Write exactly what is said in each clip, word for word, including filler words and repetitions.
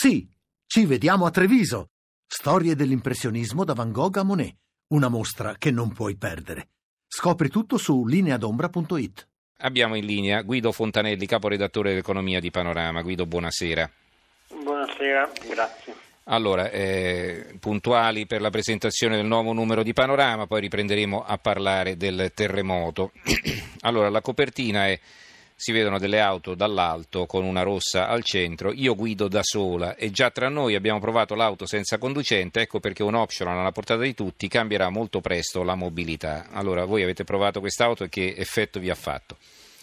Sì, ci vediamo a Treviso. Storie dell'impressionismo da Van Gogh a Monet. Una mostra che non puoi perdere. Scopri tutto su lineadombra punto it. Abbiamo in linea Guido Fontanelli, caporedattore dell'economia di Panorama. Guido, buonasera. Buonasera, grazie. Allora, eh, puntuali per la presentazione del nuovo numero di Panorama, poi riprenderemo a parlare del terremoto. Allora, la copertina è: si vedono delle auto dall'alto con una rossa al centro, io guido da sola e già tra noi abbiamo provato l'auto senza conducente, ecco perché un optional alla portata di tutti cambierà molto presto la mobilità. Allora, voi avete provato quest'auto e che effetto vi ha fatto?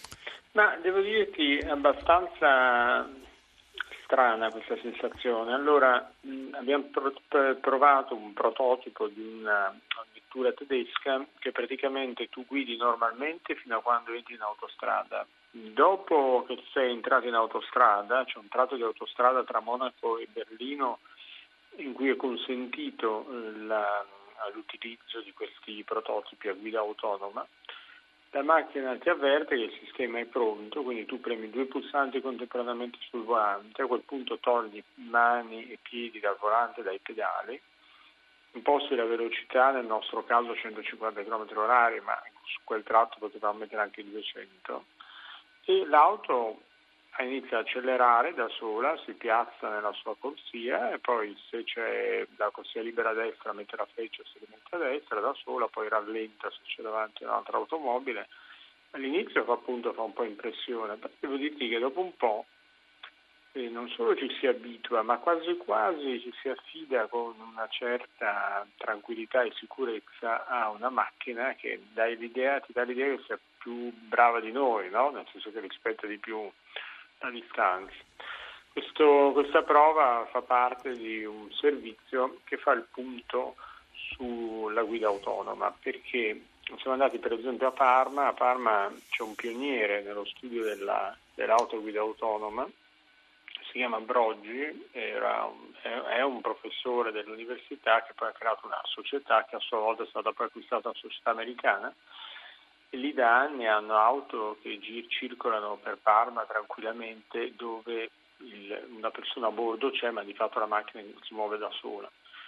Ma devo dirti è abbastanza strana questa sensazione. Allora, mh, abbiamo pro- provato un prototipo di una vettura tedesca che praticamente tu guidi normalmente fino a quando entri in autostrada. Dopo che sei entrato in autostrada, c'è un tratto di autostrada tra Monaco e Berlino in cui è consentito eh, la, l'utilizzo di questi prototipi a guida autonoma. La macchina ti avverte che il sistema è pronto, quindi tu premi due pulsanti contemporaneamente sul volante, a quel punto togli mani e piedi dal volante e dai pedali, imposti la velocità, nel nostro caso centocinquanta chilometri orari, ma su quel tratto potevamo mettere anche duecento, e l'auto inizia a accelerare da sola, si piazza nella sua corsia e poi se c'è la corsia libera a destra mette la freccia, si rimette a destra da sola, poi rallenta se c'è davanti un'altra automobile. All'inizio fa appunto fa un po' impressione, però devo dirti che dopo un po' eh, non solo ci si abitua, ma quasi quasi ci si affida con una certa tranquillità e sicurezza a una macchina che dà l'idea, ti dà l'idea che sia più brava di noi, no? Nel senso che rispetta di più a distanza. Questo, questa prova fa parte di un servizio che fa il punto sulla guida autonoma, perché siamo andati per esempio a Parma, a Parma c'è un pioniere nello studio della, dell'autoguida autonoma, si chiama Broggi, era un, è un professore dell'università che poi ha creato una società che a sua volta è stata poi acquistata da una società americana. E lì da anni hanno auto che gir- circolano per Parma tranquillamente dove il, una persona a bordo c'è, ma di fatto la macchina si muove da sola.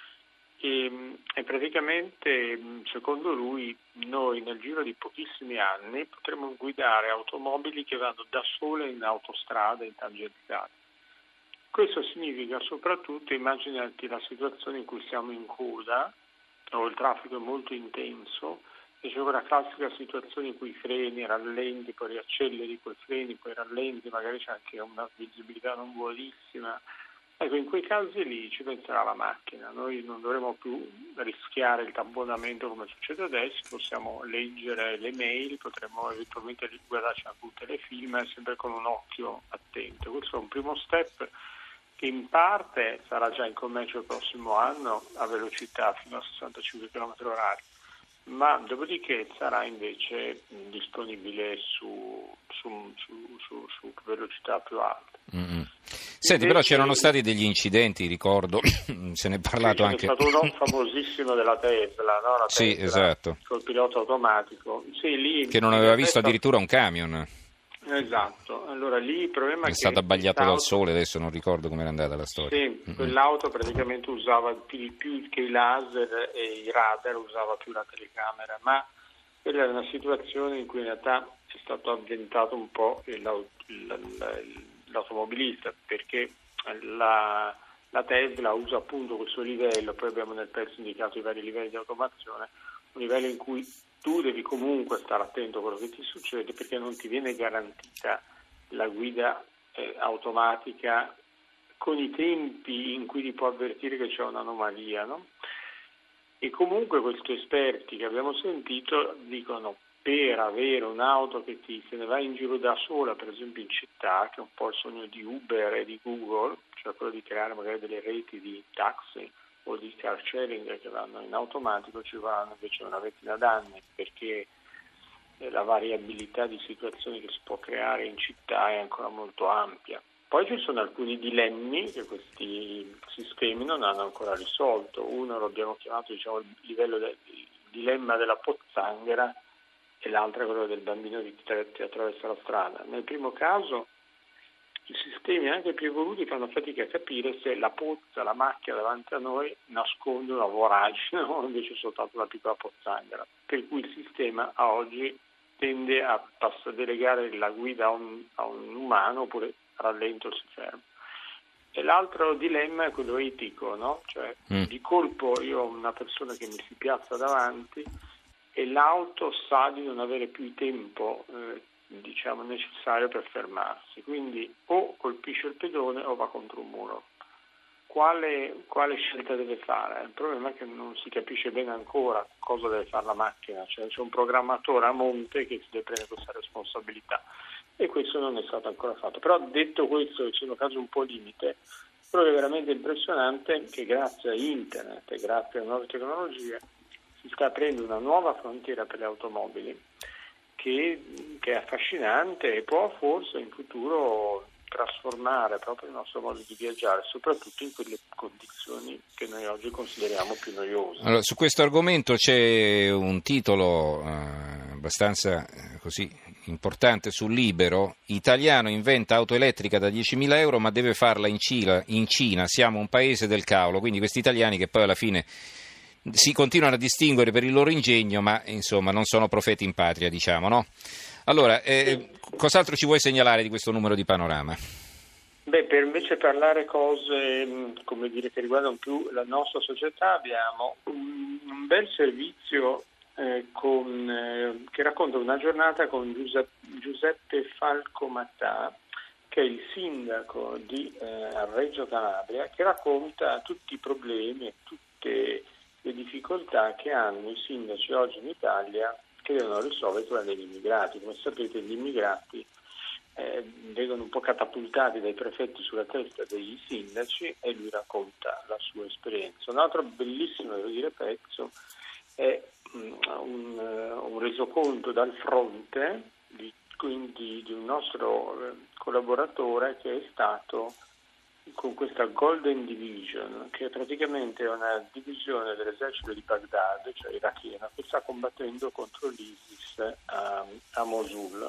E, e praticamente, secondo lui, noi nel giro di pochissimi anni potremo guidare automobili che vanno da sole in autostrada, in tangenziale. Questo significa soprattutto, immaginati la situazione in cui siamo in coda, o il traffico è molto intenso, e c'è quella classica situazione in cui freni, rallenti, poi riacceleri, poi freni, poi rallenti, magari c'è anche una visibilità non buonissima. Ecco, in quei casi lì ci penserà la macchina, noi non dovremo più rischiare il tamponamento come succede adesso, possiamo leggere le mail, potremo eventualmente guardarci anche un telefilm, sempre con un occhio attento. Questo è un primo step che in parte sarà già in commercio il prossimo anno a velocità fino a sessantacinque chilometri orari. Ma dopodiché sarà invece disponibile su, su, su, su, su velocità più alte. Mm-hmm. Senti, invece, però c'erano stati degli incidenti, ricordo, se ne è parlato sì, anche. C'è stato uno famosissimo della Tesla, no? La sì, Tesla, esatto. col pilota automatico. Sì, lì, che non aveva visto addirittura un camion. Esatto, allora lì il problema è, è che stato abbagliato auto... dal sole, adesso non ricordo come era andata la storia. Sì, mm-hmm. Quell'auto praticamente usava più, più che i laser e i radar, usava più la telecamera, ma quella era una situazione in cui in realtà è stato avventato un po' l'automobilista, perché la, la Tesla usa appunto questo livello, poi abbiamo nel pezzo indicato i vari livelli di automazione, un livello in cui tu devi comunque stare attento a quello che ti succede perché non ti viene garantita la guida eh, automatica con i tempi in cui ti può avvertire che c'è un'anomalia, no? E comunque questi esperti che abbiamo sentito dicono per avere un'auto che ti se ne va in giro da sola, per esempio in città, che è un po' il sogno di Uber e di Google, cioè quello di creare magari delle reti di taxi o di car sharing che vanno in automatico, ci vanno invece una ventina d'anni, perché la variabilità di situazioni che si può creare in città è ancora molto ampia. Poi ci sono alcuni dilemmi che questi sistemi non hanno ancora risolto. Uno lo abbiamo chiamato diciamo, il livello del il dilemma della pozzanghera e l'altro è quello del bambino che ti attraversa la strada. Nel primo caso i sistemi anche più evoluti fanno fatica a capire se la pozza, la macchia davanti a noi nasconde una voragine o invece soltanto una piccola pozzanghera, per cui il sistema a oggi tende a pass- delegare la guida a un, a un umano oppure rallento si ferma. E l'altro dilemma è quello etico, no? Cioè mm. di colpo io ho una persona che mi si piazza davanti e l'auto sa di non avere più il tempo eh, diciamo necessario per fermarsi, quindi o colpisce il pedone o va contro un muro. Quale, quale scelta deve fare? Il problema è che non si capisce bene ancora cosa deve fare la macchina, cioè c'è un programmatore a monte che si deve prendere questa responsabilità e questo non è stato ancora fatto. Però detto questo, ci sono casi un po' limite, però è veramente impressionante che grazie a internet e grazie a nuove tecnologie si sta aprendo una nuova frontiera per le automobili che, che è affascinante e può forse in futuro trasformare proprio il nostro modo di viaggiare, soprattutto in quelle condizioni che noi oggi consideriamo più noiose. Allora, su questo argomento c'è un titolo eh, abbastanza eh, così importante sul Libero: italiano inventa auto elettrica da diecimila euro ma deve farla in Cina, in Cina, siamo un paese del cavolo. Quindi questi italiani che poi alla fine si continuano a distinguere per il loro ingegno, ma insomma non sono profeti in patria, diciamo, no? Allora, eh, cos'altro ci vuoi segnalare di questo numero di Panorama? Beh, per invece parlare cose, come dire, che riguardano più la nostra società, abbiamo un, un bel servizio eh, con, eh, che racconta una giornata con Giuseppe, Giuseppe Falco Mattà, che è il sindaco di eh, Reggio Calabria, che racconta tutti i problemi e tutte le difficoltà che hanno i sindaci oggi in Italia che devono risolvere il problema degli immigrati. Come sapete, gli immigrati eh, vengono un po' catapultati dai prefetti sulla testa dei sindaci e lui racconta la sua esperienza. Un altro bellissimo, devo dire, pezzo è um, un, uh, un resoconto dal fronte di, quindi, di un nostro uh, collaboratore che è stato con questa Golden Division, che è praticamente una divisione dell'esercito di Baghdad, cioè iracheno, che sta combattendo contro l'ISIS a, a Mosul.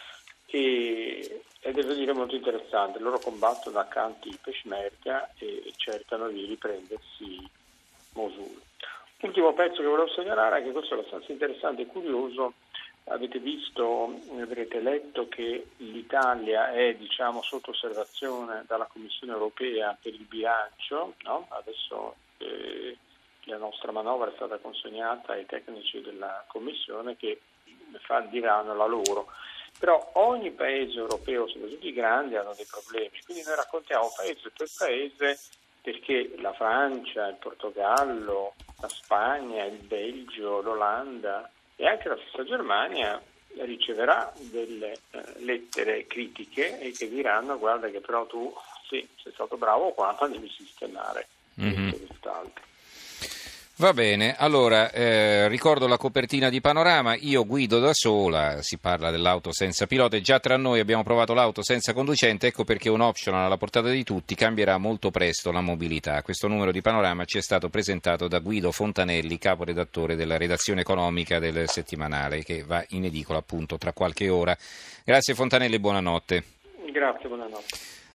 E, e devo dire molto interessante, loro combattono accanto i Peshmerga e cercano di riprendersi Mosul. L'ultimo pezzo che volevo segnalare è che questo è abbastanza interessante e curioso. Avete visto, avrete letto che l'Italia è, diciamo, sotto osservazione dalla Commissione Europea per il bilancio, no? Adesso eh, la nostra manovra è stata consegnata ai tecnici della Commissione che fa, diranno la loro. Però ogni paese europeo, soprattutto i grandi, hanno dei problemi, quindi noi raccontiamo paese per paese perché la Francia, il Portogallo, la Spagna, il Belgio, l'Olanda e anche la stessa Germania riceverà delle eh, lettere critiche e che diranno: guarda che però tu sì, sei stato bravo qua, ma devi sistemare mm-hmm. quest'altro. Va bene, allora eh, ricordo la copertina di Panorama: io guido da sola, si parla dell'auto senza pilota, e già tra noi abbiamo provato l'auto senza conducente, ecco perché un optional alla portata di tutti cambierà molto presto la mobilità. Questo numero di Panorama ci è stato presentato da Guido Fontanelli, caporedattore della redazione economica del settimanale, che va in edicola appunto tra qualche ora. Grazie Fontanelli e buonanotte. Grazie, buonanotte.